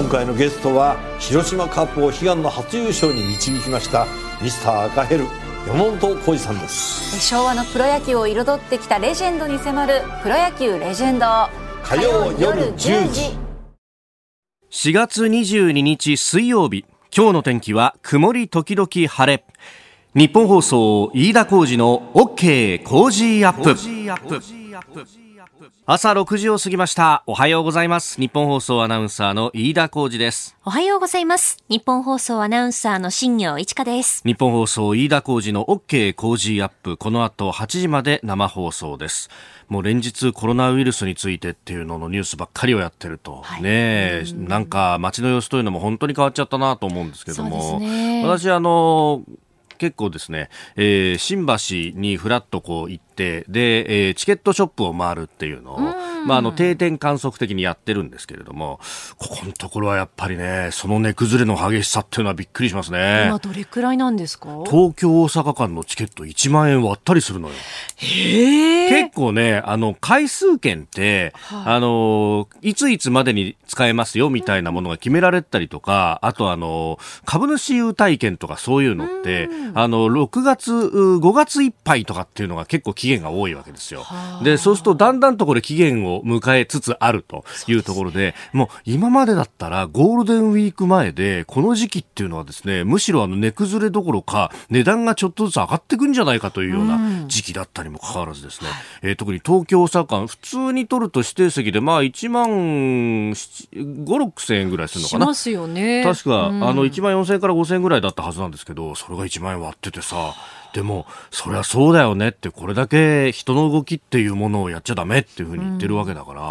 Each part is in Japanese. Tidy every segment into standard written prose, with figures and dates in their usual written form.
回のゲストは広島カップを悲願の初優勝に導きましたミスター赤ヘル山本浩二さんです。 昭和のプロ野球を彩ってきたレジェンドに迫るプロ野球レジェンド、 火曜夜10時。 4月22日水曜日、今日の天気は曇り時々晴れ。日本放送飯田浩司の OK コージーアップ。朝6時を過ぎました。おはようございます。日本放送アナウンサーの飯田浩司です。 おはようございます。日本放送アナウンサーの新業一華です。 日本放送飯田浩司の OK コージーアップ、この後8時まで生放送です。もう連日コロナウイルスについてっていうののニュースばっかりをやってると、はい、ね、なんか街の様子というのも本当に変わっちゃったなと思うんですけども、 そうですね、 私結構ですね、新橋にフラッとこう行ってで、チケットショップを回るっていうのを、定点観測的にやってるんですけれども、ここのところはやっぱりね、その値崩れの激しさっていうのはびっくりしますね。 今どれくらいなんですか？ 東京大阪間のチケット1万円割ったりするのよ。結構ね、回数券って、はい、いついつまでに使えますよみたいなものが決められたりとか、あと株主優待券とかそういうのって、5月いっぱいとかっていうのが結構期限が多いわけですよ。で、そうするとだんだんとこれ期限を迎えつつあるというところで、もう今までだったらゴールデンウィーク前でこの時期っていうのはですね、むしろ値崩れどころか値段がちょっとずつ上がってくんじゃないかというような時期だったにもかかわらずですね、特に東京大阪間普通に取ると指定席で1万5、6千円ぐらいするのかな。 しますよね。 確か、1万4千円から5千円ぐらいだったはずなんですけど、それが1万円割っててさ、でもそりゃそうだよねって、これだけ人の動きっていうものをやっちゃダメっていうふうに言ってるわけだから、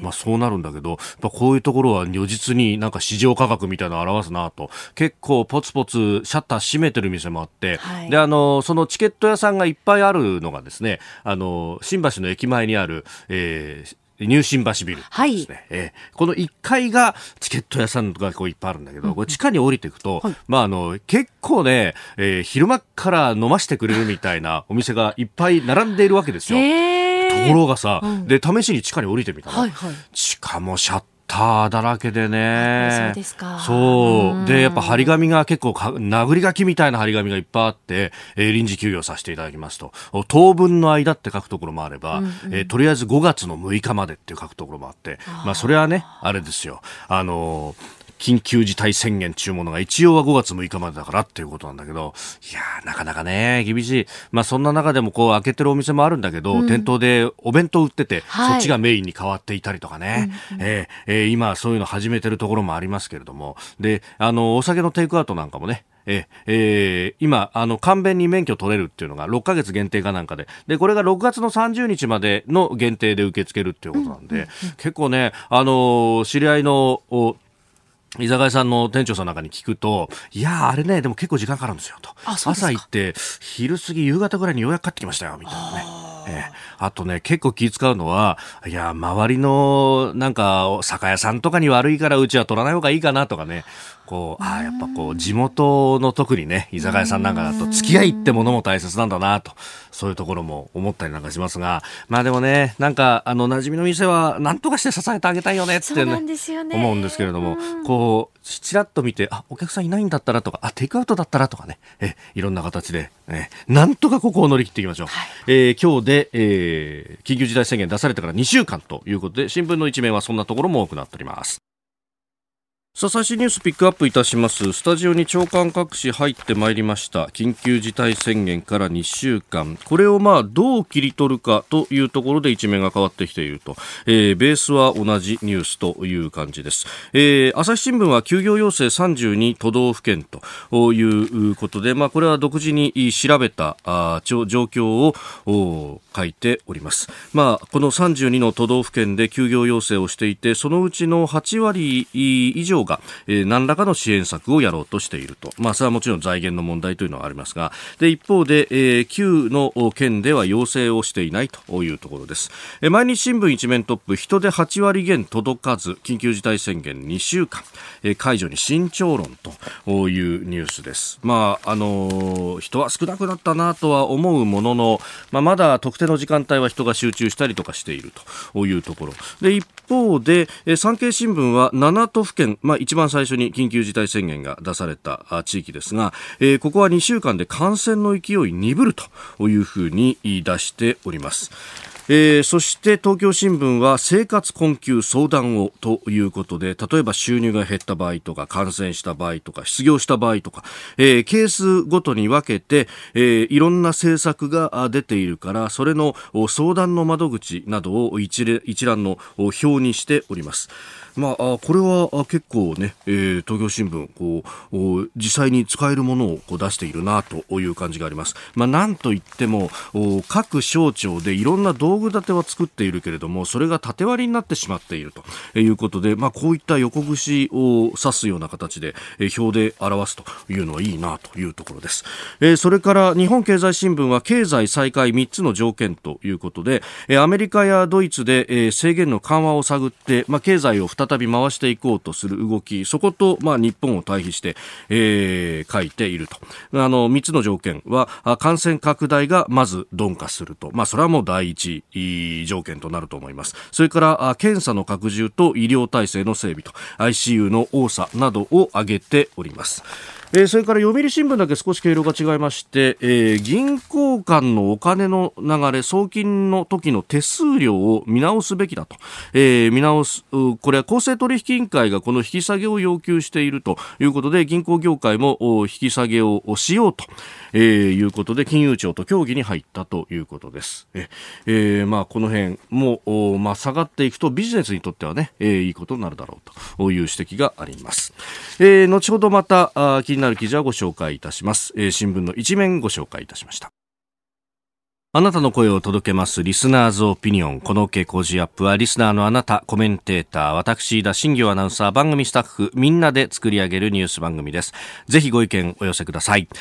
そうなるんだけど、やっぱこういうところは如実になんか市場価格みたいなのを表すなと。結構ポツポツシャッター閉めてる店もあって、はい、でそのチケット屋さんがいっぱいあるのがですね、新橋の駅前にある、ニュー新橋ビルですね、はい、この1階がチケット屋さんがこういっぱいあるんだけど、これ地下に降りていくと、はい、結構ね、昼間から飲ましてくれるみたいなお店がいっぱい並んでいるわけですよ。ところがさ、で試しに地下に降りてみたら、はいはい、地下もシャッターだらけでね。 そうですか。 そうで、やっぱ張り紙が結構殴り書きみたいな張り紙がいっぱいあって、臨時休業させていただきますと、当分の間って書くところもあれば、とりあえず5月の6日までって書くところもあって、それはね、あれですよ、緊急事態宣言っていうものが一応は5月6日までだからっていうことなんだけど、いやーなかなかね厳しい。そんな中でもこう開けてるお店もあるんだけど、店頭でお弁当売ってて、はい、そっちがメインに変わっていたりとかね、今そういうの始めてるところもありますけれども、でお酒のテイクアウトなんかもね、今簡便に免許取れるっていうのが6ヶ月限定かなんかで、これが6月の30日までの限定で受け付けるっていうことなんで、結構ね知り合いの居酒屋さんの店長さんなんかに聞くと、いやあれねでも結構時間かかるんですよと。朝行って昼過ぎ夕方ぐらいにようやく帰ってきましたよみたいなね。あとね結構気使うのは、いや周りのなんか酒屋さんとかに悪いからうちは取らない方がいいかなとかね、やっぱ地元の特にね居酒屋さんなんかだと付き合いってものも大切なんだなと、そういうところも思ったりなんかしますが、でもねなんか馴染みの店は何とかして支えてあげたいよねってね、思うんですけれども、ちらっと見てお客さんいないんだったらとかテイクアウトだったらとかね、いろんな形で、なんとかここを乗り切っていきましょう。はい、今日で、緊急事態宣言出されてから2週間ということで、新聞の一面はそんなところも多くなっております。さあ最新ニュースピックアップいたします。スタジオに長官各紙入ってまいりました。緊急事態宣言から2週間、これをどう切り取るかというところで一面が変わってきていると、ベースは同じニュースという感じです。朝日新聞は休業要請32都道府県ということで、これは独自に調べた状況を書いております。この32の都道府県で休業要請をしていて、そのうちの8割以上が、何らかの支援策をやろうとしていると。それはもちろん財源の問題というのはありますが、で一方で、9の県では要請をしていないというところです。毎日新聞一面トップ、人で8割減届かず緊急事態宣言2週間、解除に慎重論というニュースです。人は少なくなったなとは思うものの、まだ特定の時間帯は人が集中したりとかしているというところで、一方で産経新聞は7都府県、 一番最初に緊急事態宣言が出された地域ですが、ここは2週間で感染の勢い鈍るというふうに言い出しております。そして東京新聞は生活困窮相談をということで、例えば収入が減った場合とか感染した場合とか失業した場合とか、ケースごとに分けて、いろんな政策が出ているから、それの相談の窓口などを一覧の表にしております。これは結構ね、東京新聞実際に使えるものを出しているなという感じがあります。なんといっても各省庁でいろんな道具立ては作っているけれども、それが縦割りになってしまっているということで、こういった横串を刺すような形で表で表すというのはいいなというところです。それから日本経済新聞は経済再開3つの条件ということで、アメリカやドイツで制限の緩和を探って、経済を再び回していこうとする動き、そこと、日本を対比して、書いていると。3つの条件は感染拡大がまず鈍化すると、それはもう第一条件となると思います。それから検査の拡充と医療体制の整備と ICU の多さなどを挙げております。それから読売新聞だけ少し経路が違いまして、銀行間のお金の流れ、送金の時の手数料を見直すべきだと、見直す、これは公正取引委員会がこの引き下げを要求しているということで、銀行業界も引き下げをしようということで金融庁と協議に入ったということです。この辺も、下がっていくとビジネスにとってはね、いいことになるだろうという指摘があります。後ほどまた気になる記事はご紹介いたします。新聞の一面ご紹介いたしました。あなたの声を届けますリスナーズオピニオン。この傾向時アップはリスナーのあなた、コメンテーター、私田新行アナウンサー、番組スタッフみんなで作り上げるニュース番組です。ぜひご意見お寄せください。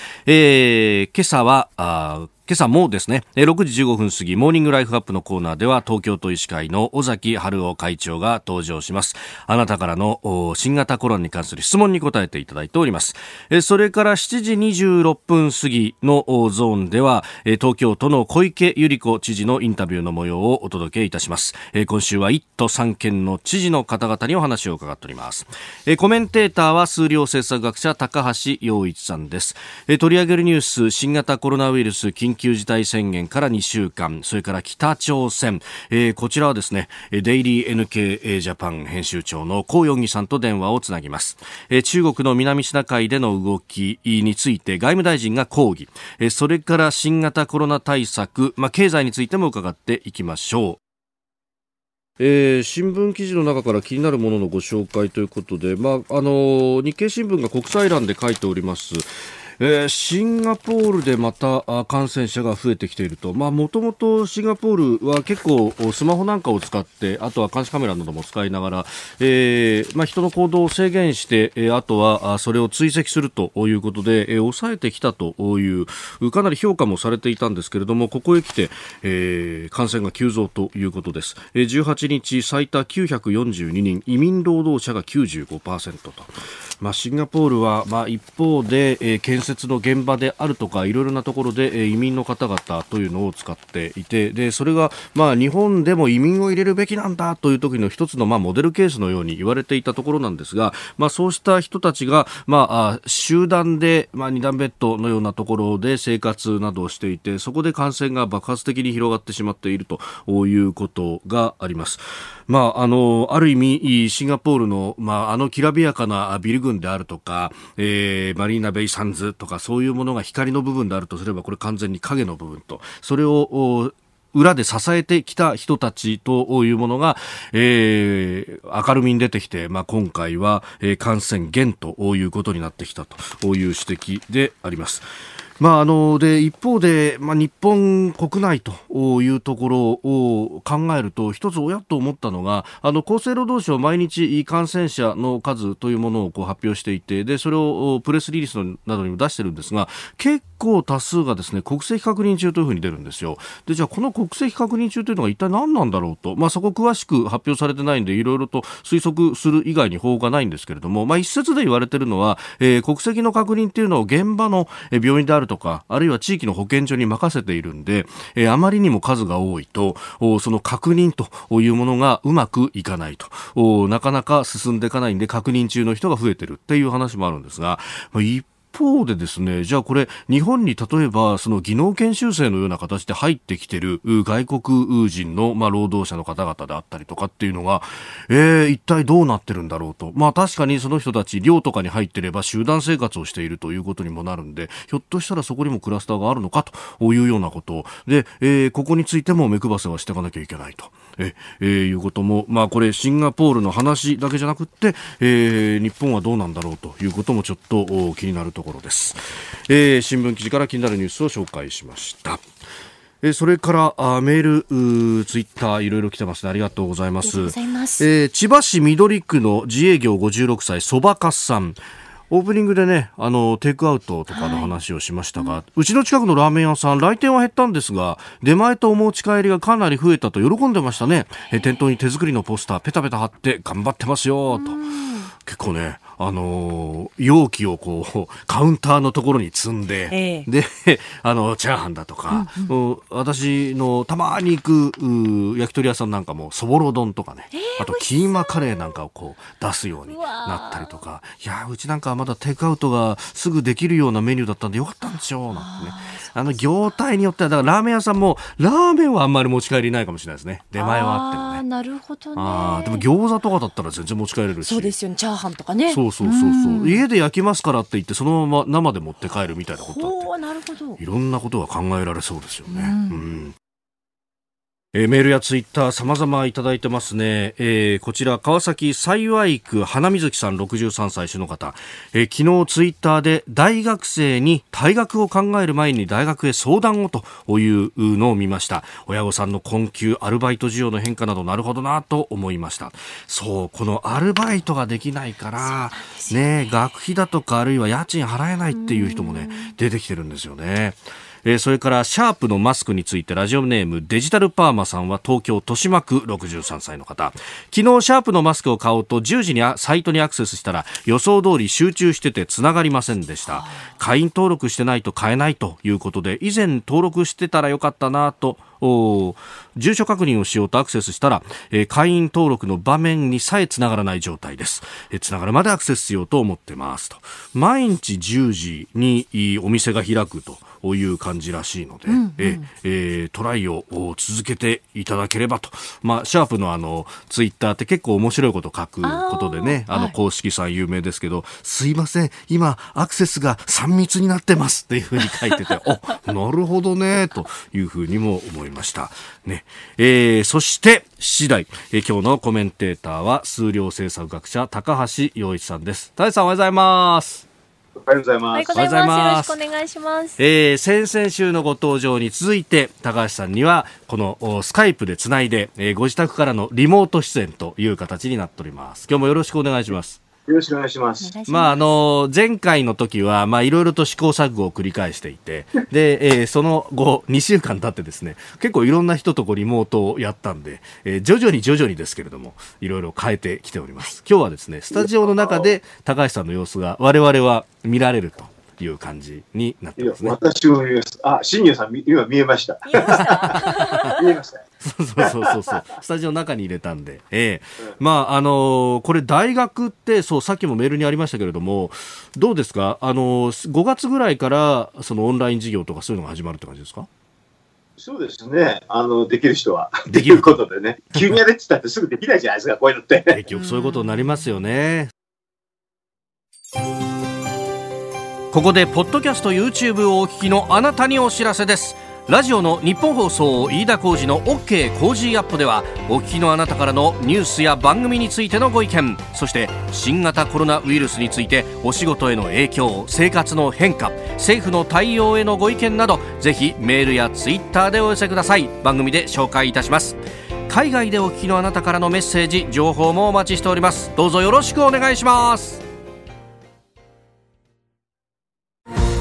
今朝もですね、6時15分過ぎモーニングライフアップのコーナーでは東京都医師会の尾崎春夫会長が登場します。あなたからの新型コロナに関する質問に答えていただいております。それから7時26分過ぎのゾーンでは東京都の小池百合子知事のインタビューの模様をお届けいたします。今週は1都3県の知事の方々にお話を伺っております。コメンテーターは数量政策学者高橋洋一さんです。取り上げるニュース、新型コロナウイルス緊急事態宣言から2週間、それから北朝鮮、こちらはですね、デイリー NK ジャパン編集長の高容疑さんと電話をつなぎます。中国の南シナ海での動きについて外務大臣が抗議、それから新型コロナ対策、経済についても伺っていきましょう。新聞記事の中から気になるもののご紹介ということで、日経新聞が国際欄で書いております。シンガポールでまた感染者が増えてきていると。もともとシンガポールは結構スマホなんかを使って、あとは監視カメラなども使いながら、人の行動を制限して、あとはそれを追跡するということで、抑えてきたというかなり評価もされていたんですけれども、ここへ来て、感染が急増ということです。18日最多942人、移民労働者が 95% と。シンガポールは、一方で、建設の現場であるとかいろいろなところで、移民の方々というのを使っていて、でそれが、日本でも移民を入れるべきなんだという時の一つの、モデルケースのように言われていたところなんですが、そうした人たちが、集団で、二段ベッドのようなところで生活などをしていて、そこで感染が爆発的に広がってしまっているということがあります。ある意味シンガポールの、きらびやかなビル群であるとか、マリーナベイサンズとかそういうものが光の部分であるとすれば、これ完全に影の部分と、それを裏で支えてきた人たちというものが、明るみに出てきて、今回は、感染減ということになってきたという指摘であります。で一方で、日本国内というところを考えると、一つ親と思ったのが、厚生労働省毎日感染者の数というものを発表していて、でそれをプレスリリースなどにも出してるんですが、結構多数がですね国籍確認中というふうに出るんですよ。でじゃあこの国籍確認中というのが一体何なんだろうと、そこ詳しく発表されてないんでいろいろと推測する以外に方法がないんですけれども、一説で言われているのは、国籍の確認というのを現場の病院であるとかあるいは地域の保健所に任せているんで、あまりにも数が多いとその確認というものがうまくいかないと、なかなか進んでいかないんで確認中の人が増えているっていう話もあるんですが、一方でですね、じゃあこれ日本に例えばその技能研修生のような形で入ってきている外国人の労働者の方々であったりとかっていうのが、一体どうなってるんだろうと。確かにその人たち寮とかに入ってれば集団生活をしているということにもなるんで、ひょっとしたらそこにもクラスターがあるのかというようなことで、ここについても目配せはしていかなきゃいけないということも、これシンガポールの話だけじゃなくって、日本はどうなんだろうということもちょっと気になるところです。新聞記事から気になるニュースを紹介しました。それからメールツイッターいろいろ来てますね。ありがとうございます。千葉市緑区の自営業56歳そばかすさん、オープニングでねテイクアウトとかの話をしましたが、うちの近くのラーメン屋さん来店は減ったんですが出前とお持ち帰りがかなり増えたと喜んでましたね。店頭に手作りのポスターペタペタ貼って頑張ってますよと。結構ね容器をカウンターのところに積んで、でチャーハンだとか、私のたまに行く焼き鳥屋さんなんかもそぼろ丼とかね、あとキーマカレーなんかを出すようになったりとか、いやうちなんかはまだテイクアウトがすぐできるようなメニューだったんでよかったんですよなんてね。業態によってはだからラーメン屋さんもラーメンはあんまり持ち帰りないかもしれないですね。出前はあってもね。 なるほどね。 でも餃子とかだったら全然持ち帰れるし。 そうですよね。チャーハンとかね。 そう家で焼きますからって言ってそのまま生で持って帰るみたいなことだってなるほど。 いろんなことが考えられそうですよね。メールやツイッター様々いただいてますね。こちら川崎幸区花水木さん63歳主の方、昨日ツイッターで大学生に退学を考える前に大学へ相談をというのを見ました。親御さんの困窮アルバイト需要の変化などなるほどなと思いました。そうこのアルバイトができないからね、学費だとかあるいは家賃払えないっていう人もね出てきてるんですよね。それからシャープのマスクについてラジオネームデジタルパーマさんは東京豊島区63歳の方、昨日シャープのマスクを買おうと10時にサイトにアクセスしたら予想通り集中しててつながりませんでした。会員登録してないと買えないということで以前登録してたらよかったなと住所確認をしようとアクセスしたら、会員登録の場面にさえつながらない状態です。つながるまでアクセスしようと思ってますと。毎日10時にお店が開くという感じらしいので、トライを続けていただければと。シャープのツイッターって結構面白いこと書くことでね、公式さん有名ですけど、すいません今アクセスが3密になってますっていうふうに書いててなるほどねというふうにも思いましたね。そして7時台、今日のコメンテーターは数量政策学者高橋洋一さんです。高橋さんおはようございます。 おはようございます。 おはようございます。よろしくお願いします。 先々週のご登場に続いて高橋さんにはこのスカイプでつないで、ご自宅からのリモート出演という形になっております。今日もよろしくお願いします。 よろしくお願いします。 前回の時はいろいろと試行錯誤を繰り返していてで、その後2週間経ってですね結構いろんな人とリモートをやったんで、徐々にですけれどもいろいろ変えてきております。今日はですねスタジオの中で高橋さんの様子が我々は見られるという感じになってますね。 私も見えます。新入さん今見えました。見えました。 そうスタジオの中に入れたんで、これ大学ってさっきもメールにありましたけれどもどうですか5月ぐらいからそのオンライン授業とかそういうのが始まるって感じですか？ そうですね。できる人はできることでね急にやれって言ったってすぐできないじゃないですかこういうのって結局そういうことになりますよね。ここでポッドキャスト YouTube をお聞きのあなたにお知らせです。ラジオの日本放送飯田浩司の OK コージーアップではお聞きのあなたからのニュースや番組についてのご意見、そして新型コロナウイルスについてお仕事への影響、生活の変化、政府の対応へのご意見などぜひメールやツイッターでお寄せください。番組で紹介いたします。海外でお聞きのあなたからのメッセージ情報もお待ちしております。どうぞよろしくお願いします。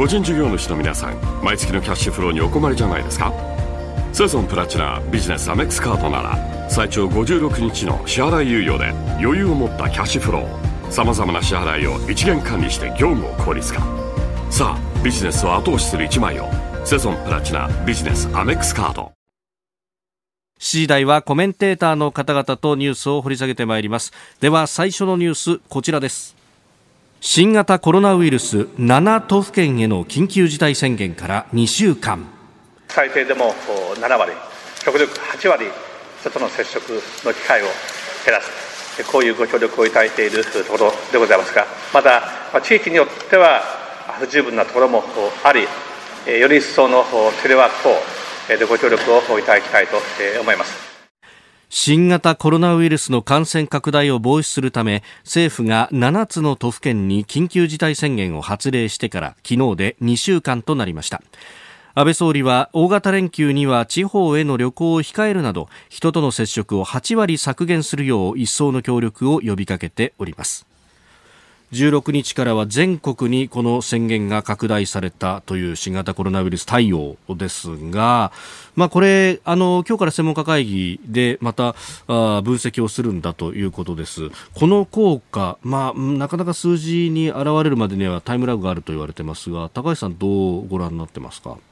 個人事業主の皆さん、毎月のキャッシュフローにお困りじゃないですか。セゾンプラチナビジネスアメックスカードなら最長56日の支払い猶予で余裕を持ったキャッシュフロー、さまざまな支払いを一元管理して業務を効率化。さあビジネスを後押しする一枚を、セゾンプラチナビジネスアメックスカード。 7時台はコメンテーターの方々とニュースを掘り下げてまいります。では最初のニュース、こちらです。新型コロナウイルス7都府県への緊急事態宣言から2週間。 最低でも7割、極力8割、人との接触の機会を減らす、こういうご協力をいただいているところでございますが、また地域によっては不十分なところもあり、より一層のテレワーク等でご協力をいただきたいと思います。 新型コロナウイルスの感染拡大を防止するため、政府が7つの都府県に緊急事態宣言を発令してから昨日で2週間となりました。安倍総理は大型連休には地方への旅行を控えるなど、人との接触を8割削減するよう一層の協力を呼びかけております。16日からは全国にこの宣言が拡大されたという新型コロナウイルス対応ですが、これ今日から専門家会議でまた分析をするんだということです。この効果、なかなか数字に現れるまでにはタイムラグがあると言われてますが、高橋さんどうご覧になってますか。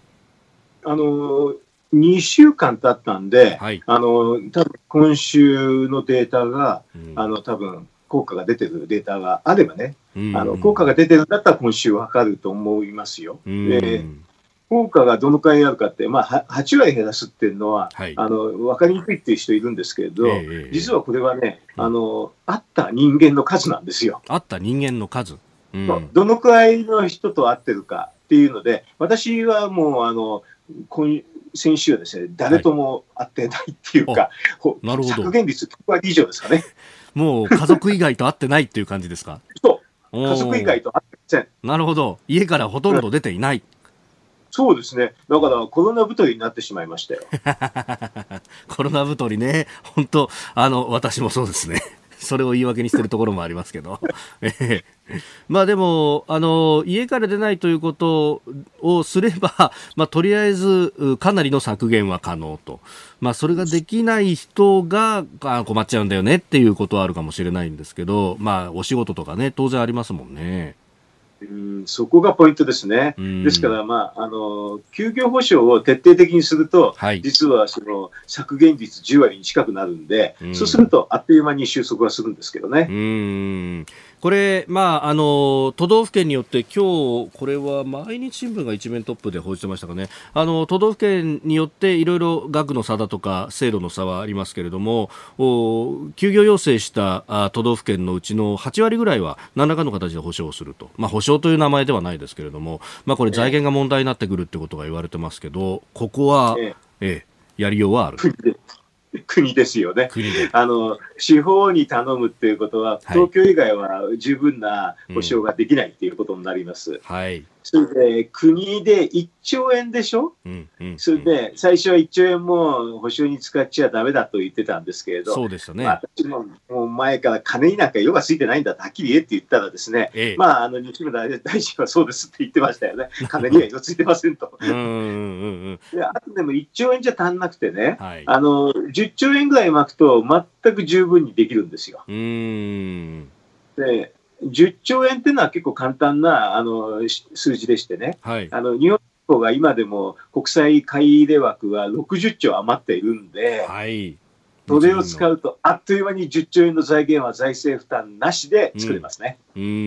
2週間経ったんで、 はい、 多分今週のデータが、多分効果が出てるデータがあればね、効果が出てるんだったら今週わかると思いますよ。で、効果がどのくらいあるかって、8割減らすっていうのは、はい、分かりにくいっていう人いるんですけれど、実はこれはね、会った人間の数なんですよ。 会った人間の数、 どのくらいの人と会ってるかっていうので、私はもう先週はですね、誰とも会ってないっていうか、 なるほど、 削減率9割以上ですかね。 もう家族以外と会ってないっていう感じですか。 そう、家族以外と会ってません。 なるほど、家からほとんど出ていない。 そうですね。だからコロナ太りになってしまいましたよ。 コロナ太りね、本当私もそうですね。それを言い訳にしてるところもありますけどでも家から出ないということをすれば、とりあえずかなりの削減は可能と、それができない人が困っちゃうんだよねっていうことはあるかもしれないんですけど、お仕事とかね、当然ありますもんね。 そこがポイントですね。ですから、休業保障を徹底的にすると、はい、実はその削減率10割に近くなるんで、そうするとあっという間に収束はするんですけどね。 これ、都道府県によって今日これは毎日新聞が一面トップで報じてましたかね。都道府県によっていろいろ額の差だとか制度の差はありますけれども、休業要請した都道府県のうちの8割ぐらいは何らかの形で補償をすると、補償という名前ではないですけれども、これ財源が問題になってくるってことが言われてますけど、ここは、やりようはある。 国ですよね。地方に頼むっていうことは、東京以外は十分な保障ができないっていうことになります。それで国で1兆円でしょ、それで最初は1兆円も保証に使っちゃダメだと言ってたんですけれど、 そうでしたね。 私もう前から金になんか用がついてないんだとはっきり言えって言ったらですね、西村大臣はそうですって言ってましたよね。金には用ついてませんと。であとでも1兆円じゃ足んなくてね、10兆円ぐらい巻くと全く十分にできるんですよ。で10兆円っていうのは結構簡単な数字でしてね、日本が今でも国際買い入れ枠は60兆余っているんで、それを使うとあっという間に10兆円の財源は財政負担なしで作れますね。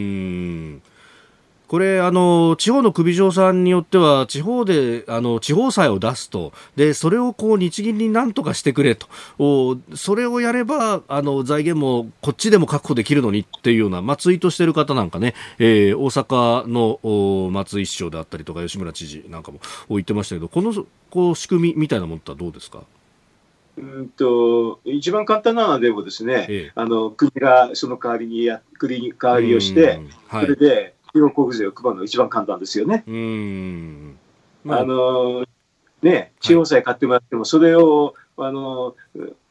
これ地方の首長さんによっては地方で地方債を出すと、でそれを日銀に何とかしてくれと、それをやれば財源もこっちでも確保できるのにっていうような、ツイートしてる方なんかね、大阪の松井市長であったりとか吉村知事なんかも言ってましたけど、この仕組みみたいなものってどうですか。 一番簡単なのはでもですね、国がその代わりに国に代わりをして、それで地方交付税を配るのが一番簡単ですよね。地方債買ってもらってもそれを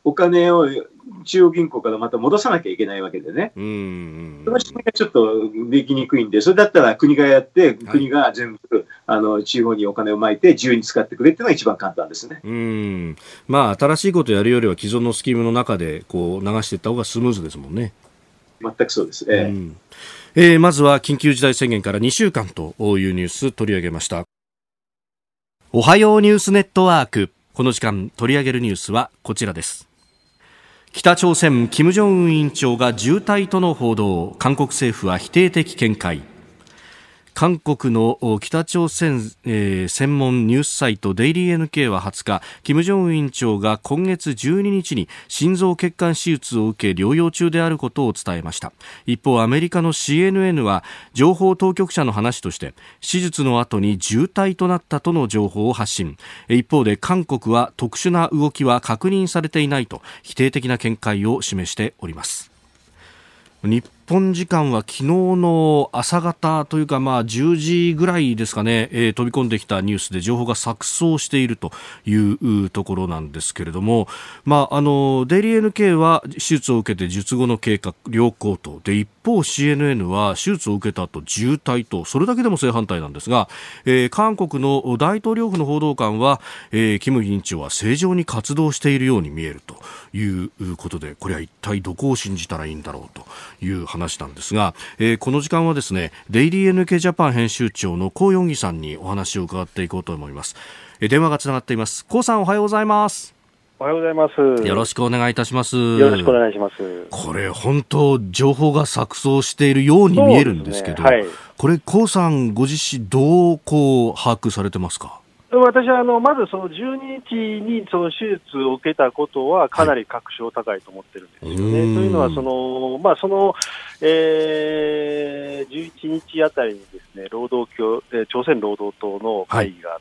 お金を中央銀行からまた戻さなきゃいけないわけでね。その仕組みがちょっとできにくいんで、それだったら国がやって、国が全部、地方にお金をまいて自由に使ってくれっていうのが一番簡単ですね。 まあ、新しいことをやるよりは既存のスキームの中でこう流していった方がスムーズですもんね。 全くそうです。 まずは緊急事態宣言から2週間というニュース取り上げました。おはようニュースネットワーク。この時間取り上げるニュースはこちらです。北朝鮮金正恩委員長が重体との報道。韓国政府は否定的見解。韓国の北朝鮮、専門ニュースサイトデイリー NK は20日、金正恩委員長が今月12日に心臓血管手術を受け療養中であることを伝えました。一方、アメリカの CNN は情報当局者の話として手術の後に重体となったとの情報を発信。一方で韓国は特殊な動きは確認されていないと否定的な見解を示しております。日本時間は昨日の朝方というか、10時ぐらいですかね、飛び込んできたニュースで情報が錯綜しているというところなんですけれども、デイリー NK は手術を受けて術後の経過良好とで、一方 CNN は手術を受けた後重体と、それだけでも正反対なんですが、韓国の大統領府の報道官は、金委員長は正常に活動しているように見えるということで、これは一体どこを信じたらいいんだろうという話なんですが、この時間はですね、デイリー NK ジャパン編集長のコウ・ヨンギさんにお話を伺っていこうと思います。電話がつながっています。コウさん、おはようございます。 おはようございます。よろしくお願いいたします。 よろしくお願いします。 これ本当情報が錯綜しているように見えるんですけど、これコウさんご自身どう把握されてますか？ 私はまずその12日にその手術を受けたことはかなり確証高いと思ってるんですよね。というのは11日あたりにですね、朝鮮労働党の会議があって、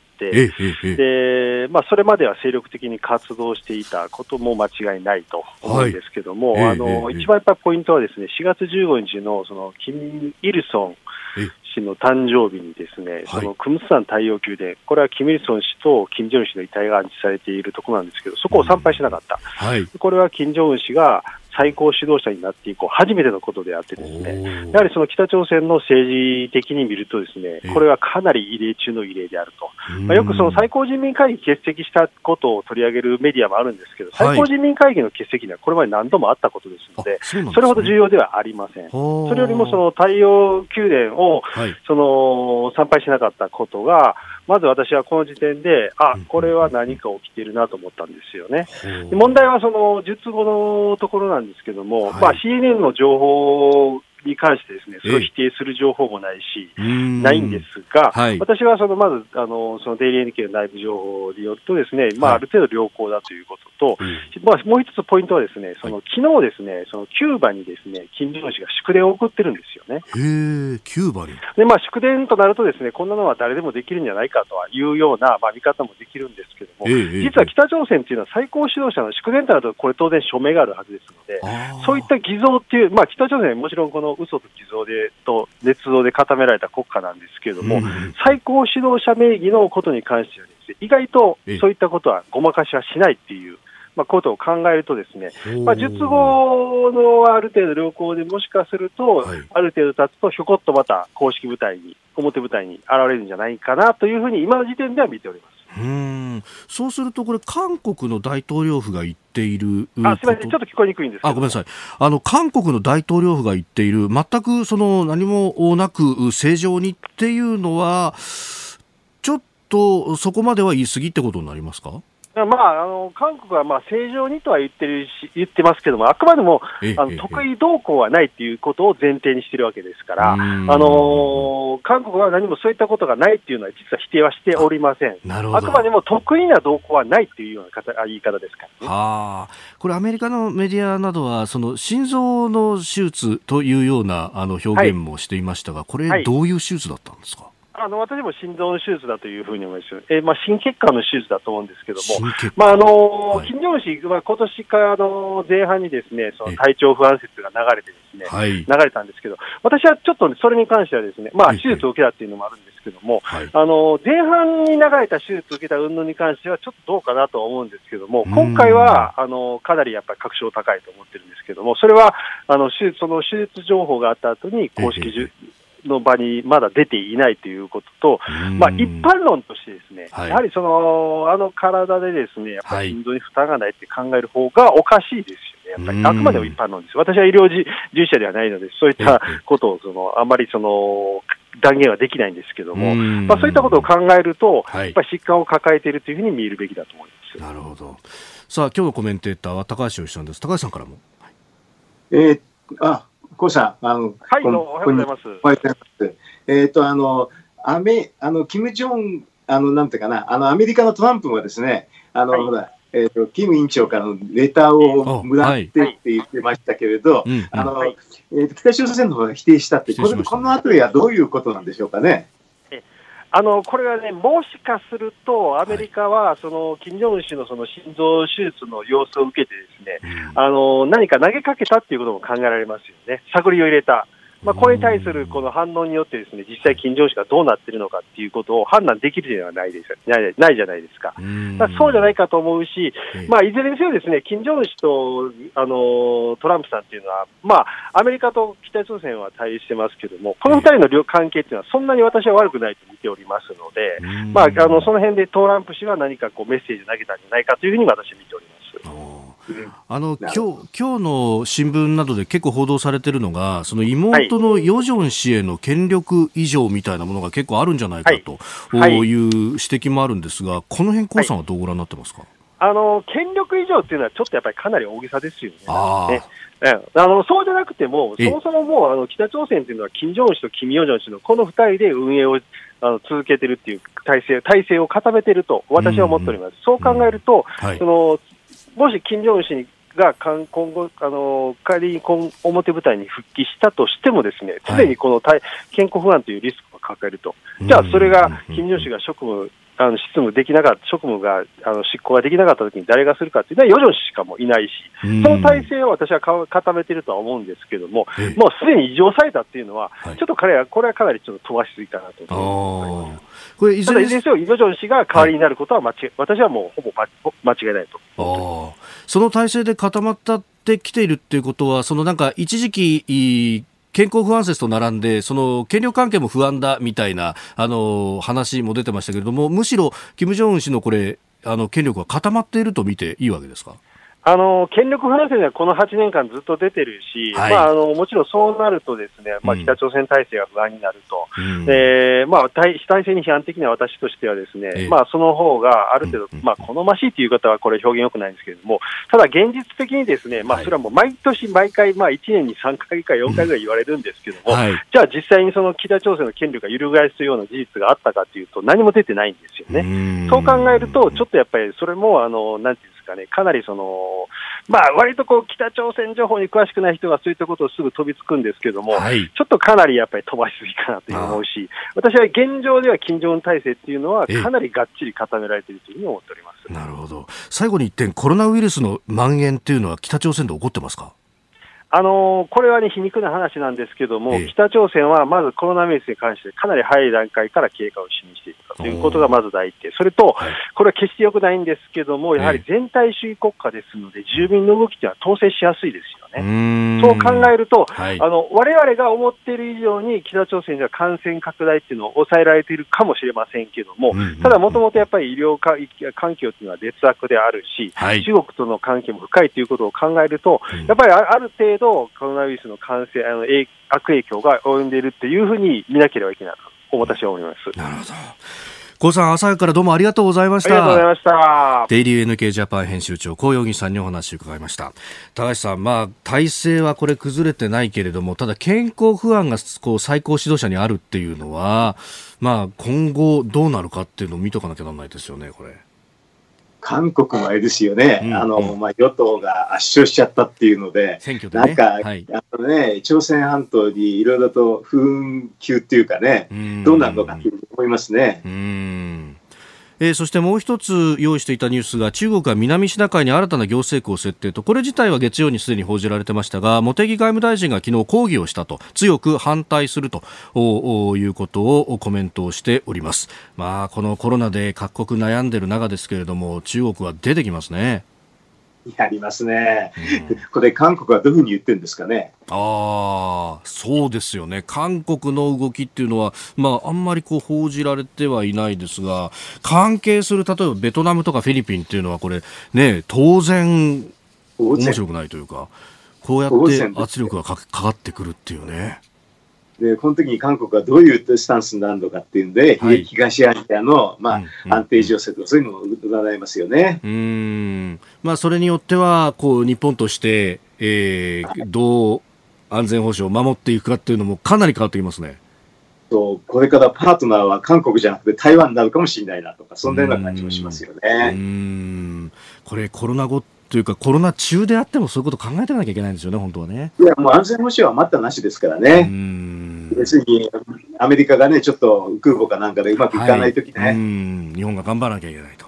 でそれまでは精力的に活動していたことも間違いないと思うんですけども、一番やっぱりポイントはですね、4月15日のそのキム・イルソン氏の誕生日にですね、そのクムスサン太陽宮殿、これはキム・イルソン氏とキム・ジョン氏の遺体が安置されているところなんですけど、そこを参拝しなかった。これはキム・ジョンウン氏が最高指導者になって以降初めてのことであってですね、やはりその北朝鮮の政治的に見るとですね、これはかなり異例中の異例であると。よくその最高人民会議欠席したことを取り上げるメディアもあるんですけど、最高人民会議の欠席にはこれまで何度もあったことですので、それほど重要ではありません。それよりもその太陽宮殿を参拝しなかったことが、まず私はこの時点で、これは何か起きているなと思ったんですよね。問題はその術後のところなんですけども、CNN の情報に関してですね、それを否定する情報もないし、ないんですが、私はまずそのデイリー NK の内部情報によるとですね、ある程度良好だということと、もう一つポイントはですね、昨日ですね、そのキューバにですね、金正恩氏が祝電を送ってるんですよね。 キューバに。 で、祝電となるとですね、こんなのは誰でもできるんじゃないかというような見方もできるんですけども、実は北朝鮮っていうのは最高指導者の祝電となると、これ当然署名があるはずですので、そういった偽造っていう、北朝鮮はもちろんこの嘘と偽造と捏造で固められた国家なんですけれども、最高指導者名義のことに関してはですね、意外とそういったことはごまかしはしないっていうことを考えるとですね、術後のある程度良好で、もしかすると、ある程度経つとひょこっとまた公式舞台に、表舞台に現れるんじゃないかなというふうに今の時点では見ております。 そうするとこれ韓国の大統領府が言っている、 すみません、ちょっと聞こえにくいんですけど。 ごめんなさい。韓国の大統領府が言っている、全く何もなく正常にっていうのは、ちょっとそこまでは言い過ぎってことになりますか？ 韓国は正常にとは言ってますけども、あくまでも得意動向はないということを前提にしているわけですから、韓国は何もそういったことがないというのは実は否定はしておりません。あくまでも得意な動向はないというような言い方ですからね。 これアメリカのメディアなどは心臓の手術というような表現もしていましたが、これどういう手術だったんですか？ 私も心臓の手術だというふうに思います。心血管の手術だと思うんですけども、金正恩氏は今年から前半にですね、その体調不安説が流れてですね、流れたんですけど、私はちょっとそれに関してはですね、手術を受けたっていうのもあるんですけども、前半に流れた手術を受けた云々に関してはちょっとどうかなと思うんですけども、今回はかなりやっぱり確証高いと思ってるんですけども、それはその手術情報があった後に公式の場にまだ出ていないということと、一般論としてですね、やはり体でですね、やっぱり心臓に負担がないって考える方がおかしいですよね。やっぱりあくまでも一般論です。私は医療従事者ではないので、そういったことをあまり断言はできないんですけども、そういったことを考えると、やっぱり疾患を抱えているというふうに見えるべきだと思います。 なるほど。さあ、今日のコメンテーターは高橋洋一さんです。高橋さんからも。 コウさん、 はい、どうもおはようございます。 おはようございます。キム・ジョン、なんていうかな、アメリカのトランプもですね、ほら、キム委員長からのレターをもらってって言ってましたけれど、北朝鮮の方が否定したって、このあたりはどういうことなんでしょうかね。 これはね、もしかすると、アメリカは、金正恩氏の心臓手術の様子を受けてですね、何か投げかけたっていうことも考えられますよね。探りを入れた。これに対するこの反応によってですね、実際金正恩氏がどうなっているのかっていうことを判断できるではないじゃないですか。そうじゃないかと思うし、いずれにせよですね、金正恩氏と、トランプさんっていうのは、アメリカと北朝鮮は対立してますけども、この二人の関係っていうのはそんなに私は悪くないと見ておりますので、その辺でトランプ氏は何かメッセージを投げたんじゃないかというふうに私は見ております。 今日の新聞などで結構報道されているのが、その妹のヨジョン氏への権力移譲みたいなものが結構あるんじゃないかという指摘もあるんですが、この辺、コウさんはどうご覧になってますか。 権力移譲っていうのはちょっとやっぱりかなり大げさですよね。そうじゃなくても、そもそももう北朝鮮というのは金正恩氏とキム・ヨジョン氏のこの2人で運営を続けているっていう体制を固めていると私は思っております。そう考えると、もし金正恩氏が今後、仮に表舞台に復帰したとしてもですね、常にこの健康不安というリスクを抱えると。じゃあ、それが金正恩氏が執務できなかった、職務が執行ができなかったときに誰がするかっていうのはヨジョン氏しかもいないし、その体制を私は固めているとは思うんですけども、もうすでに移譲されたっていうのは、ちょっとこれはかなりちょっと飛ばしすぎかなと思います。これいずれにせよ、ヨジョン氏が代わりになることは私はもうほぼ間違いないと。 その体制で固まってきているっていうことは、なんか一時期健康不安説と並んで、権力関係も不安だみたいな話も出てましたけれども、むしろ金正恩氏の権力は固まっていると見ていいわけですか。 権力不安説はこの8年間ずっと出てるし、もちろんそうなるとですね、北朝鮮体制が不安になると、体制に批判的な私としてはですね、その方がある程度、好ましいという方はこれ表現良くないんですけれども、ただ現実的にですね、それはもう毎年毎回、1年に3回か4回ぐらい言われるんですけども、じゃあ実際に北朝鮮の権力が揺るがすような事実があったかというと何も出てないんですよね。そう考えると、ちょっとやっぱりそれも、なんていうんですかね、かなり割と北朝鮮情報に詳しくない人がそういったことをすぐ飛びつくんですけども、ちょっとかなりやっぱり飛ばしすぎかなと思うし、私は現状では金正恩体制っていうのはかなりがっちり固められているというふうに思っております。 なるほど。最後に一点、コロナウイルスの蔓延っていうのは北朝鮮で起こってますか。 これはね、皮肉な話なんですけども、北朝鮮はまずコロナウイルスに関してかなり早い段階から警戒を示していたということがまず第一点。それと、これは決して良くないんですけども、やはり全体主義国家ですので、住民の動きというのは統制しやすいですよね。そう考えると、我々が思っている以上に北朝鮮では感染拡大っていうのを抑えられているかもしれませんけども、ただもともとやっぱり医療環境っていうのは劣悪であるし、中国との関係も深いということを考えると、やっぱりある程度コロナウイルスの悪影響が及んでいるっていうふうに見なければいけないと私は思います。 なるほど。高さん、朝からどうもありがとうございました。 ありがとうございました。 デイリー NK ジャパン編集長高陽儀さんにお話を伺いました。高橋さん、体制はこれ崩れてないけれども、ただ健康不安が最高指導者にあるっていうのは、今後どうなるかっていうのを見とかなきゃならないですよね、これ。 韓国もあれですよね、与党が圧勝しちゃったっていうので、 選挙でね、 なんか、朝鮮半島にいろいろと不運球っていうかね、どうなるのかと思いますね。 そしてもう一つ用意していたニュースが、中国が南シナ海に新たな行政区を設定と、これ自体は月曜にすでに報じられてましたが、茂木外務大臣が昨日抗議をしたと、強く反対するということをコメントをしております。このコロナで各国悩んでる中ですけれども、中国は出てきますね。 やりますね、これ韓国はどういうふうに言ってるんですかね。 そうですよね。韓国の動きっていうのは、あんまり報じられてはいないですが、関係する例えばベトナムとかフィリピンっていうのはこれね、当然面白くないというか、こうやって圧力がかかってくるっていうね。 でこの時に韓国はどういうスタンスになるのかっていうんで、東アジアの、安定情勢とかそういうのを伺いますよね。 それによっては日本として、どう安全保障を守っていくかっていうのもかなり変わってきますね。 これからパートナーは韓国じゃなくて台湾になるかもしれないなとか、そんなような感じもしますよね。 これコロナ後というかコロナ中であってもそういうことを考えていかなきゃいけないんですよね、本当はね。 いや、もう安全保障は待ったなしですからね。別にアメリカがね、ちょっと空母かなんかでうまくいかないときね、 日本が頑張らなきゃいけないと。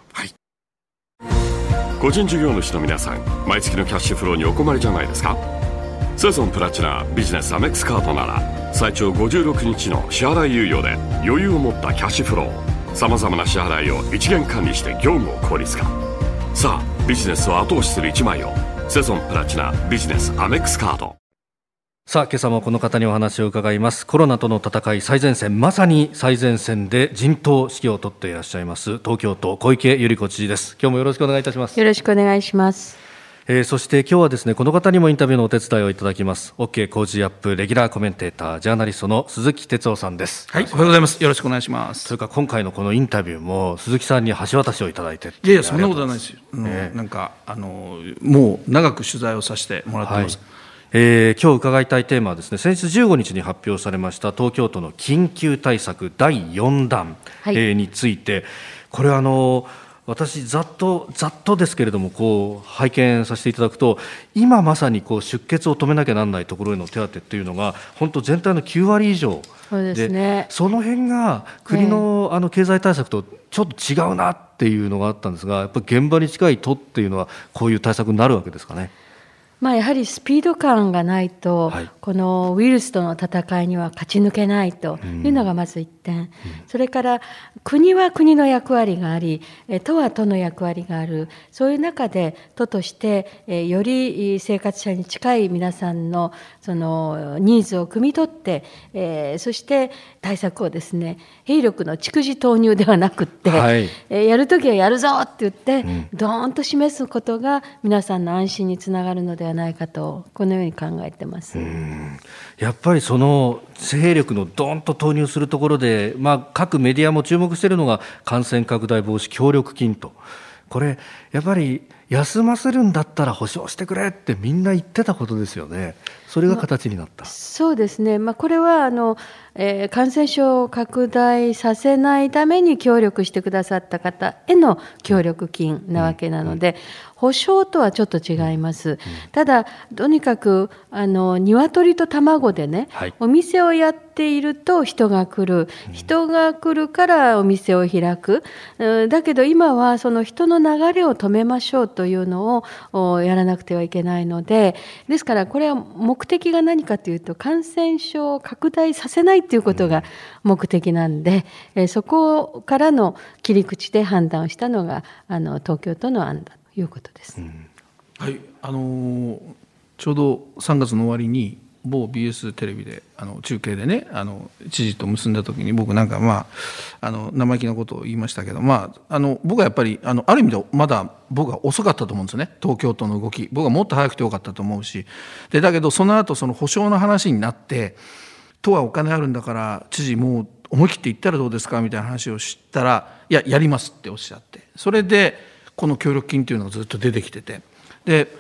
個人事業主の皆さん、毎月のキャッシュフローにお困りじゃないですか。セゾンプラチナビジネスアメックスカードなら、最長56日の支払い猶予で余裕を持ったキャッシュフロー、さまざまな支払いを一元管理して業務を効率化。さあビジネスを後押しする一枚を、セゾンプラチナビジネスアメックスカード。 さあ、今朝もこの方にお話を伺います。コロナとの戦い最前線、まさに最前線で陣頭指揮を取っていらっしゃいます東京都小池百合子知事です。今日もよろしくお願いいたします。 よろしくお願いします。 そして今日はですね、この方にもインタビューのお手伝いをいただきます。 OK 工事アップレギュラーコメンテーター、ジャーナリストの鈴木哲夫さんです。 はい、おはようございます。よろしくお願いします。 それから今回のこのインタビューも鈴木さんに橋渡しをいただいて。 いやいや、そんなことはないですよ。なんかもう長く取材をさせてもらってます。 今日伺いたいテーマはですね、先日15日に発表されました東京都の緊急対策第4弾、について、これ私ざっとですけれども拝見させていただくと、今まさに出血を止めなきゃならないところへの手当っていうのが本当全体の9割以上で、その辺が国の経済対策とちょっと違うなっていうのがあったんですが、やっぱり現場に近い都っていうのはこういう対策になるわけですかね。 やはりスピード感がないと、このウイルスとの戦いには勝ち抜けないというのがまず一点、それから国は国の役割があり、都は都の役割がある。そういう中で都としてより生活者に近い皆さんのそのニーズを汲み取って、そして対策をですね、兵力の蓄次投入ではなくって、やるときはやるぞって言って、ドーンと示すことが皆さんの安心につながるのではないかと、このように考えてます。 やっぱりその兵力のドーンと投入するところで、各メディアも注目しているのが感染拡大防止協力金と、これやっぱり休ませるんだったら保証してくれってみんな言ってたことですよね。それが形になった。 そうですね、これは感染症を拡大させないために協力してくださった方への協力金なわけなので、保証とはちょっと違います。ただとにかく鶏と卵でね、お店をやっていると人が来るからお店を開く。だけど今はその人の流れを止めましょうというのをやらなくてはいけないので、ですからこれは目的が何かというと、感染症を拡大させないということが目的なんで、そこからの切り口で判断をしたのが東京都の案だということです。 はい、ちょうど3月の終わりに某 BS テレビで中継でね、知事と結んだ時に僕なんか生意気なことを言いましたけど、僕はやっぱりある意味でまだ僕は遅かったと思うんですよね、東京都の動き。僕はもっと早くてよかったと思うし、だけどその後その保証の話になって、都はお金あるんだから知事もう思い切って言ったらどうですかみたいな話をしたら、いややりますっておっしゃって、それでこの協力金というのがずっと出てきてて、で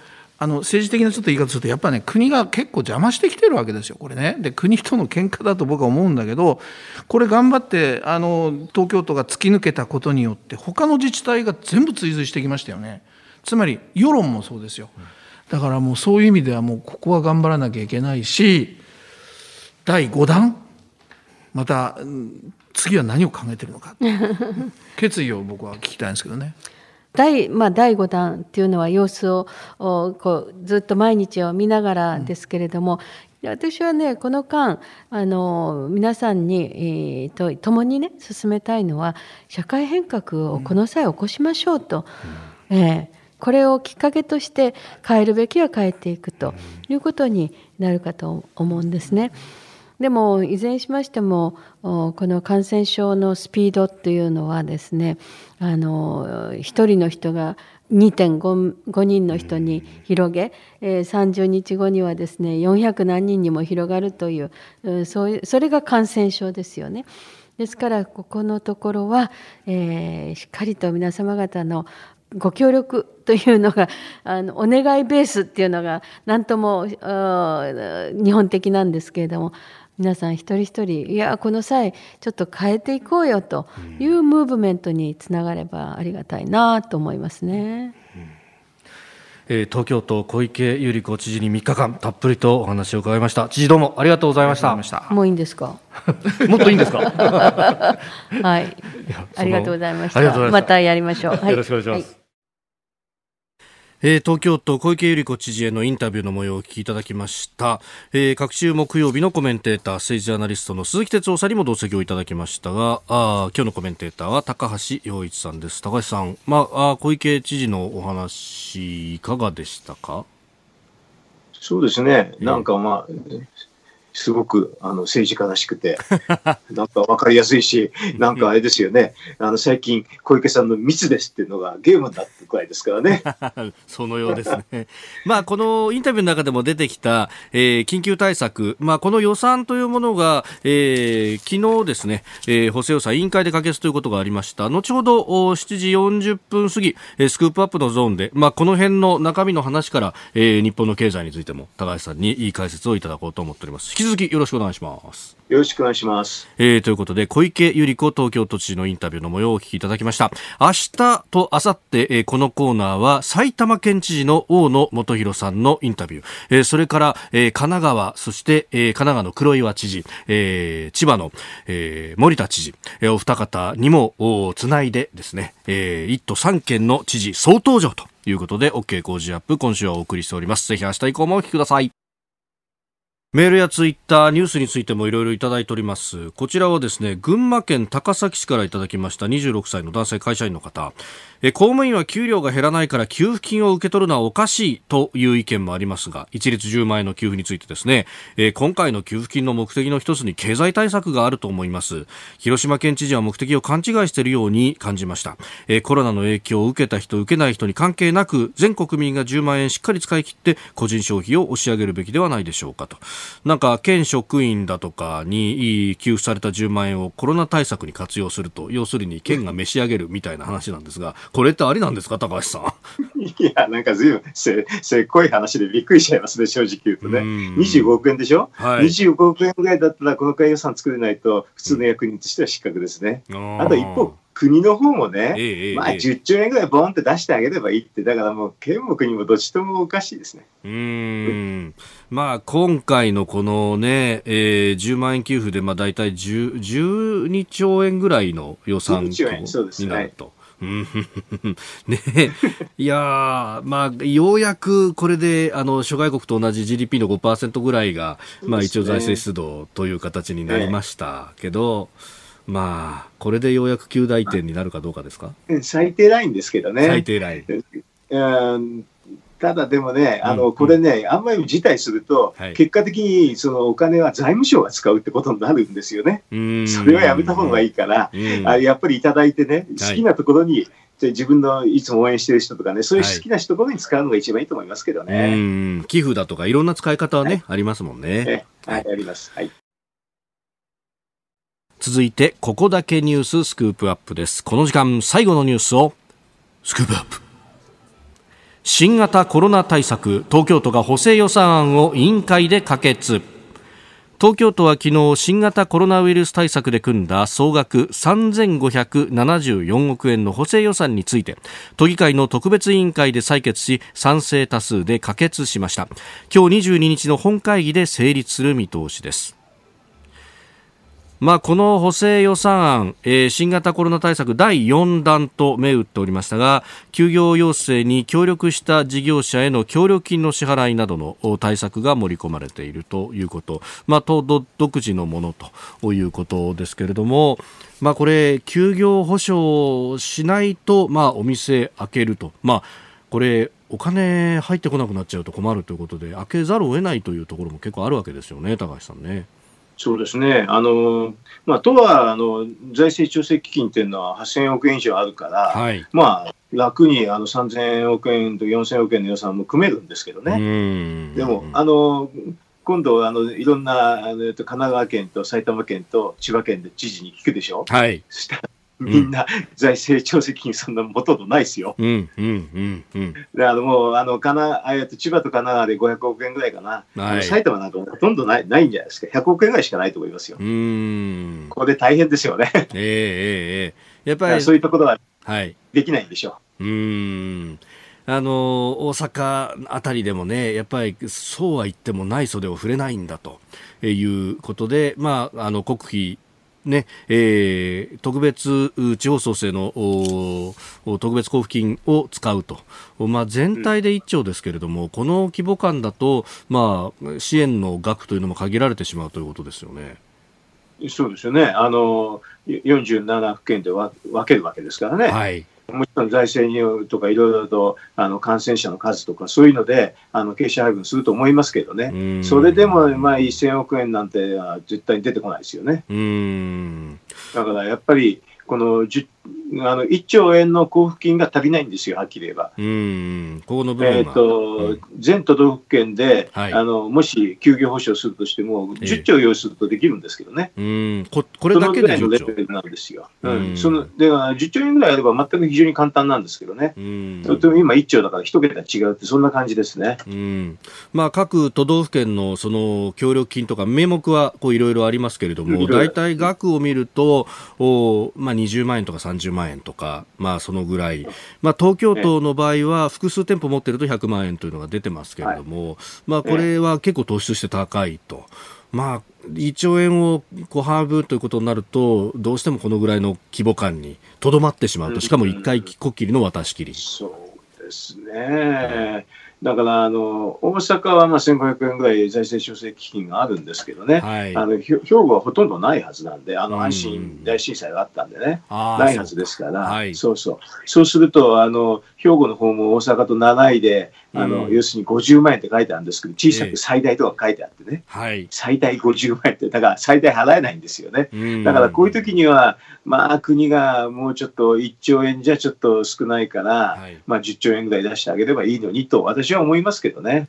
政治的なちょっと言い方すると、やっぱね、国が結構邪魔してきてるわけですよ、これね。で、国との喧嘩だと僕は思うんだけど、これ頑張って東京都が突き抜けたことによって、他の自治体が全部追随してきましたよね。つまり世論もそうですよ。だからもうそういう意味では、もうここは頑張らなきゃいけないし、第5弾また次は何を考えてるのか決意を僕は聞きたいんですけどね。 第5弾っていうのは様子をこうずっと毎日を見ながらですけれども、私はね、この間皆さんに、共にね進めたいのは、社会変革をこの際起こしましょうと、これをきっかけとして変えるべきは変えていくということになるかと思うんですね。でもいずれにしましても、この感染症のスピードというのはですね、1人の人が 2.5 人の人に広げ、30日後にはですね400何人にも広がるという、それが感染症ですよね。ですからここのところは、しっかりと皆様方のご協力というのがお願いベースっていうのが何とも日本的なんですけれども、皆さん一人一人、いやこの際ちょっと変えていこうよというムーブメントにつながればありがたいなと思いますね。 東京都小池百合子知事に3日間たっぷりとお話を伺いました。知事どうもありがとうございました。 もういいんですかもっといいんですかはい、ありがとうございました。またやりましょう、 よろしくお願いします。東京都小池百合子知事へのインタビューの模様をお聞きいただきました。各週木曜日のコメンテーター、政治ジャーナリストの鈴木哲夫さんにも同席をいただきましたが、今日のコメンテーターは高橋洋一さんです。高橋さん、小池知事のお話いかがでしたか？ そうですね、なんかすごく政治家らしくてなんか分かりやすいし、なんかあれですよね、最近小池さんの密ですっていうのがゲームになってるくらいですからねそのようですねこのインタビューの中でも出てきた、緊急対策、この予算というものが、昨日ですね、補正予算委員会で可決ということがありました。後ほど7時40分過ぎ、スクープアップのゾーンで、この辺の中身の話から、日本の経済についても高橋さんにいい解説をいただこうと思っております。引き続きよろしくお願いします。 よろしくお願いします。 ということで、小池百合子東京都知事のインタビューの模様をお聞きいただきました。明日と明後日、このコーナーは埼玉県知事の大野元弘さんのインタビュー、それから、神奈川、そして、神奈川の黒岩知事、千葉の、森田知事、お二方にもつないでですね、1都3県の知事総登場ということで OK 工事アップ、今週はお送りしております。ぜひ明日以降もお聞きください。メールやツイッター、ニュースについてもいろいろいただいております。こちらはですね、群馬県高崎市からいただきました26歳の男性会社員の方。公務員は給料が減らないから給付金を受け取るのはおかしいという意見もありますが、一律10万円の給付についてですね、今回の給付金の目的の一つに経済対策があると思います。広島県知事は目的を勘違いしているように感じました。コロナの影響を受けた人、受けない人に関係なく、全国民が10万円しっかり使い切って個人消費を押し上げるべきではないでしょうかと。なんか県職員だとかに給付された10万円をコロナ対策に活用すると、要するに県が召し上げるみたいな話なんですが、これってありなんですか、高橋さん。 いや、なんか随分せっこい話でびっくりしちゃいますね、正直言うとね。25億円でしょ、25億円ぐらいだったらこのくらい予算作れないと普通の役人としては失格ですね。あと一方国の方もね、10兆円ぐらいボンって出してあげればいいって、だからもう県も国もどっちともおかしいですね。 今回のこのね、10万円給付でだいたい12兆円ぐらいの予算になると。ね、いやようやくこれで諸外国と同じ GDP の 5% ぐらいが、一応財政出動という形になりましたけど、これでようやく及第点になるかどうかですか。 最低ラインですけどね。 最低ライン。 ただでもね、これね、あんまり辞退すると、結果的にそのお金は財務省が使うってことになるんですよね。それはやめた方がいいから、やっぱりいただいてね、好きなところに、自分のいつも応援してる人とかね、そういう好きなところに使うのが一番いいと思いますけどね。 寄付だとかいろんな使い方はね、ありますもんね。 あります。 続いて、ここだけニューススクープアップです。この時間最後のニュースをスクープアップ。 新型コロナ対策、東京都が補正予算案を委員会で可決。東京都は昨日、新型コロナウイルス対策で組んだ総額3574億円の補正予算について、都議会の特別委員会で採決し、賛成多数で可決しました。今日22日の本会議で成立する見通しです。この補正予算案、新型コロナ対策第4弾と銘打っておりましたが、休業要請に協力した事業者への協力金の支払いなどの対策が盛り込まれているということ、都独自のものということですけれども、これ休業保障しないと、お店開けると、これお金入ってこなくなっちゃうと困るということで開けざるを得ないというところも結構あるわけですよね、高橋さんね。 そうですね。都は財政調整基金っていうのは8000億円以上あるから、はい、楽に3000億円と4000億円の予算も組めるんですけどね。でも今度いろんな神奈川県と埼玉県と千葉県で知事に聞くでしょ。はい。したらみんな財政調整金そんなほとんどないですよ。だからもう千葉と神奈川で500億円ぐらいかな、はい、埼玉なんかほとんどないんじゃないですか。100億円ぐらいしかないと思いますよ。これ大変ですよね。やっぱりそういうところはできないんでしょう。 大阪あたりでもね、やっぱりそうは言ってもない袖を触れないんだということで、国費ね、特別地方創生の特別交付金を使うと、全体で1兆ですけれども、この規模感だと、支援の額というのも限られてしまうということですよね。 そうですよね。47府県で分けるわけですからね。はい、もちろん財政によるとかいろいろと感染者の数とかそういうので経費配分すると思いますけどね。それでも1000億円なんて絶対に出てこないですよね。だからやっぱりこの1兆円の交付金が足りないんですよ、はっきり言えば。 この部分は全都道府県で、もし休業保障するとしても10兆用意するとできるんですけどね。 これだけで 10兆。そのぐらいのレベルなんですよ。では10兆円ぐらいあれば全く非常に簡単なんですけどね。とても今1兆だから1桁違うってそんな感じですね。 各都道府県のその協力金とか名目はいろいろありますけれども、大体額を見ると20万円とか30万円とか、そのぐらい、東京都の場合は複数店舗持っていると100万円というのが出てますけれども、これは結構突出して高いと。1兆円を半分ということになると、どうしてもこのぐらいの規模感にとどまってしまうと、しかも1回こっきりの渡し切り。 そうですね。だから大阪は1500円ぐらい財政調整基金があるんですけどね、兵庫はほとんどないはずなんで、阪神大震災があったんでね、ないはずですから、そうすると兵庫の方も大阪と7位で要するに50万円って書いてあるんですけど、小さく最大とか書いてあってね、最大50万円って、だから最大払えないんですよね。だからこういう時には、国がもうちょっと1兆円じゃちょっと少ないから、10兆円ぐらい出してあげればいいのにと私は思いますけどね。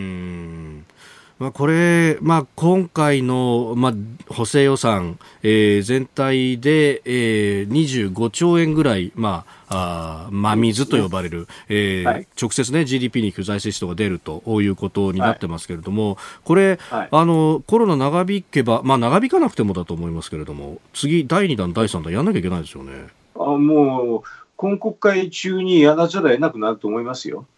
これ、今回の、補正予算、全体で、25兆円ぐらい、真水と呼ばれる、直接ね GDP に行く財政出動が出るということになってますけれども、これ、コロナ長引けば、長引かなくてもだと思いますけれども、次第2弾第3弾やんなきゃいけないですよね。 もう今国会中にやらざるを得なくなると思いますよ。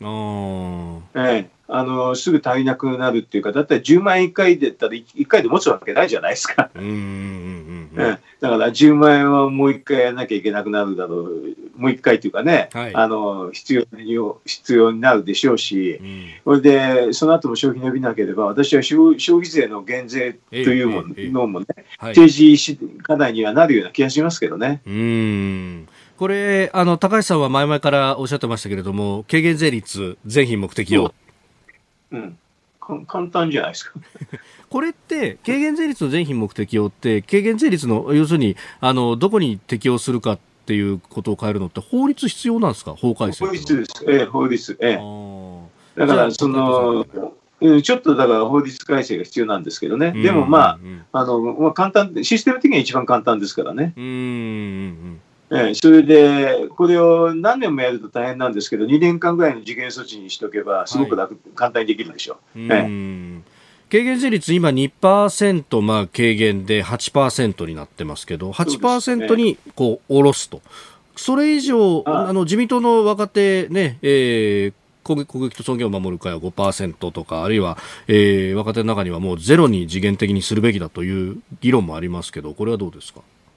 すぐ足りなくなるっていうか、だったら10万円1回でったら1回で持つわけないじゃないですか。だから10万円はもう1回やらなきゃいけなくなるだろう、もう1回というかね、必要になるでしょうし、それでその後も消費伸びなければ、私は消費税の減税というのもね、政治課題にはなるような気がしますけどね。 これ高橋さんは前々からおっしゃってましたけれども、軽減税率全品目適用、 簡単じゃないですか。 これって軽減税率の全品目適用って、軽減税率の要するにどこに適用するかっていうことを変えるのって法律必要なんですか？法改正。 法律です。法律。だからちょっとだから法律改正が必要なんですけどね。でも簡単、システム的には一番簡単ですからね。 それで、これを何年もやると大変なんですけど、2年間ぐらいの時限措置にしておけば、すごく簡単にできるでしょう。 軽減税率、今 2%、軽減で 8% になってますけど、8% にこう下ろすと、それ以上、自民党の若手ね、攻撃と尊厳を守る会は 5% とか、あるいは、若手の中にはもうゼロに時限的にするべきだという議論もありますけど、これはどうですか。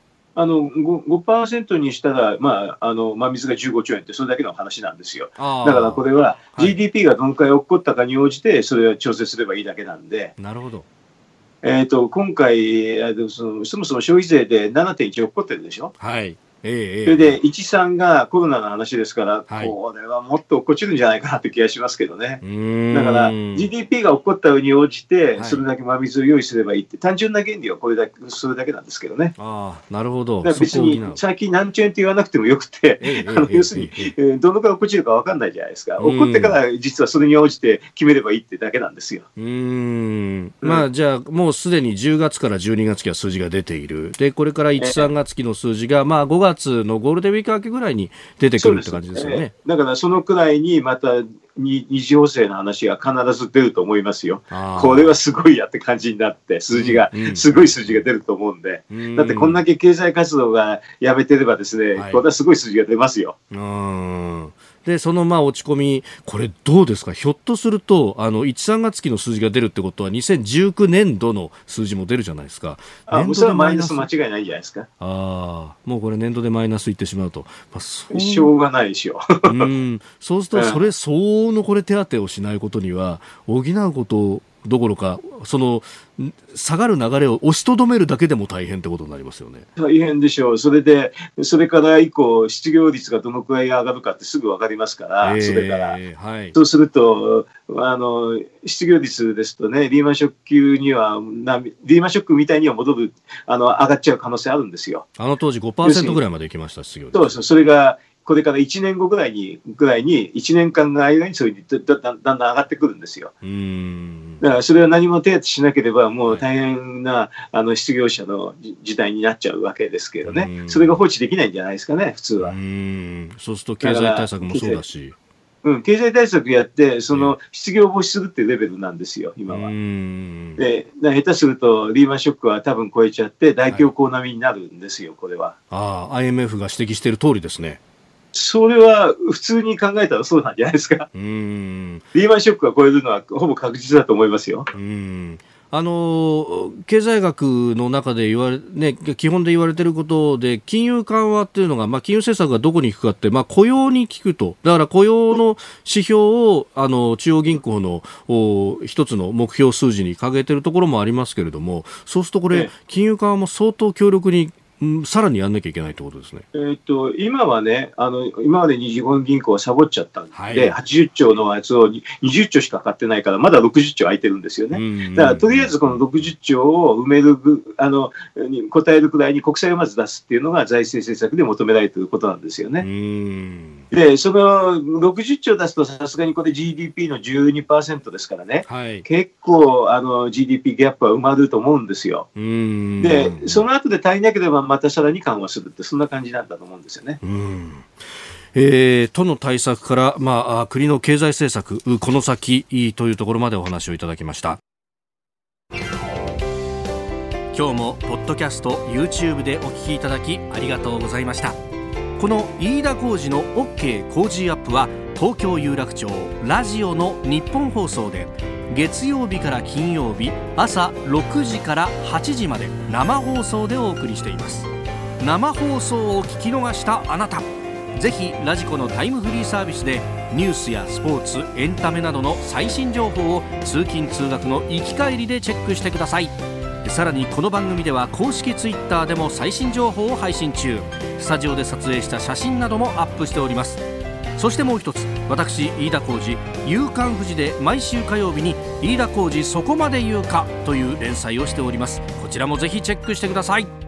5% にしたら、水が15兆円って、それだけの話なんですよ。だからこれは GDP がどのくらい起こったかに応じて、それは調整すればいいだけなんで。 なるほど。 今回そもそも消費税で 7.1 起こってるでしょ。 はい。 それで1.3がコロナの話ですから、これはもっと落っこちるんじゃないかなという気がしますけどね。だから GDP が起こったに応じて、それだけ真水を用意すればいいって、単純な原理はそれだけなんですけどね。 なるほど。 別に最近何兆円って言わなくてもよくて、要するにどのくらい落っこちるか分かんないじゃないですか。起こってから実はそれに応じて決めればいいってだけなんですよ。 じゃあもうすでに10月から12月期は数字が出ている。で、これから1、3月期の数字が、5月のゴールデンウィーク明けぐらいに出てくるって感じですよね。 だからそのくらいにまた二次補正の話が必ず出ると思いますよ。これはすごいやって感じになって、すごい数字が出ると思うんで、だってこんだけ経済活動がやめてればですね、これはすごい数字が出ますよ。 で、その落ち込み、これどうですか。ひょっとすると1、3月期の数字が出るってことは2019年度の数字も出るじゃないですか。 それはマイナス間違いないんじゃないですか。 もうこれ年度でマイナスいってしまうと、 しょうがないでしょ。 そうすると相応のこれ手当をしないことには補うことどころか、その下がる流れを押しとどめるだけでも大変ってことになりますよね。 大変でしょう。それから以降失業率がどのくらい上がるかってすぐ分かりますから、それから、そうすると失業率ですとね、リーマンショック級にはリーマンショックみたいには戻る上がっちゃう可能性あるんですよ。 当時 5% ぐらいまでいきました。失業率。 そう、それがこれから1年後ぐらいに1年間の間にそれにだんだん上がってくるんですよ。だからそれは何も手当しなければもう大変な失業者の時代になっちゃうわけですけどね。それが放置できないんじゃないですかね、普通は。 そうすると経済対策もそうだし。 経済対策やって失業防止するっていうレベルなんですよ、今は。で、下手するとリーマンショックは多分超えちゃって大恐慌並みになるんですよ、これは。 IMF が指摘している通りですね。 それは普通に考えたらそうなんじゃないですか。リーマンショックが超えるのはほぼ確実だと思いますよ。 経済学の中で基本で言われていることで、金融緩和っていうのが、金融政策がどこに行くかって、雇用に効くと。だから雇用の指標を中央銀行の一つの目標数字に掲げているところもありますけれども、そうするとこれ、金融緩和も相当強力にさらにやんなきゃいけないってことですね。 今はね、今まで日本銀行はサボっちゃったんで、80兆のやつを20兆しか買ってないから、まだ60兆空いてるんですよね。だからとりあえずこの60兆を埋める答えるくらいに国債をまず出すっていうのが財政政策で求められていることなんですよね。で、その60兆出すとさすがにこれ GDP の 12% ですからね、結構GDP ギャップは埋まると思うんですよ。で、その後で足りなければまたさらに緩和するって、そんな感じなんだと思うんですよね。 都の対策から、国の経済政策この先というところまでお話をいただきました。今日もポッドキャスト YouTube でお聞きいただきありがとうございました。この飯田浩司の OK 工事アップは東京有楽町ラジオの日本放送で月曜日から金曜日朝6時から8時まで生放送でお送りしています。生放送を聞き逃したあなた、ぜひラジコのタイムフリーサービスでニュースやスポーツ、エンタメなどの最新情報を通勤通学の行き帰りでチェックしてください。さらにこの番組では公式ツイッターでも最新情報を配信中。スタジオで撮影した写真などもアップしております。そしてもう一つ、私飯田浩司、夕刊フジで毎週火曜日に飯田浩司そこまで言うかという連載をしております。こちらもぜひチェックしてください。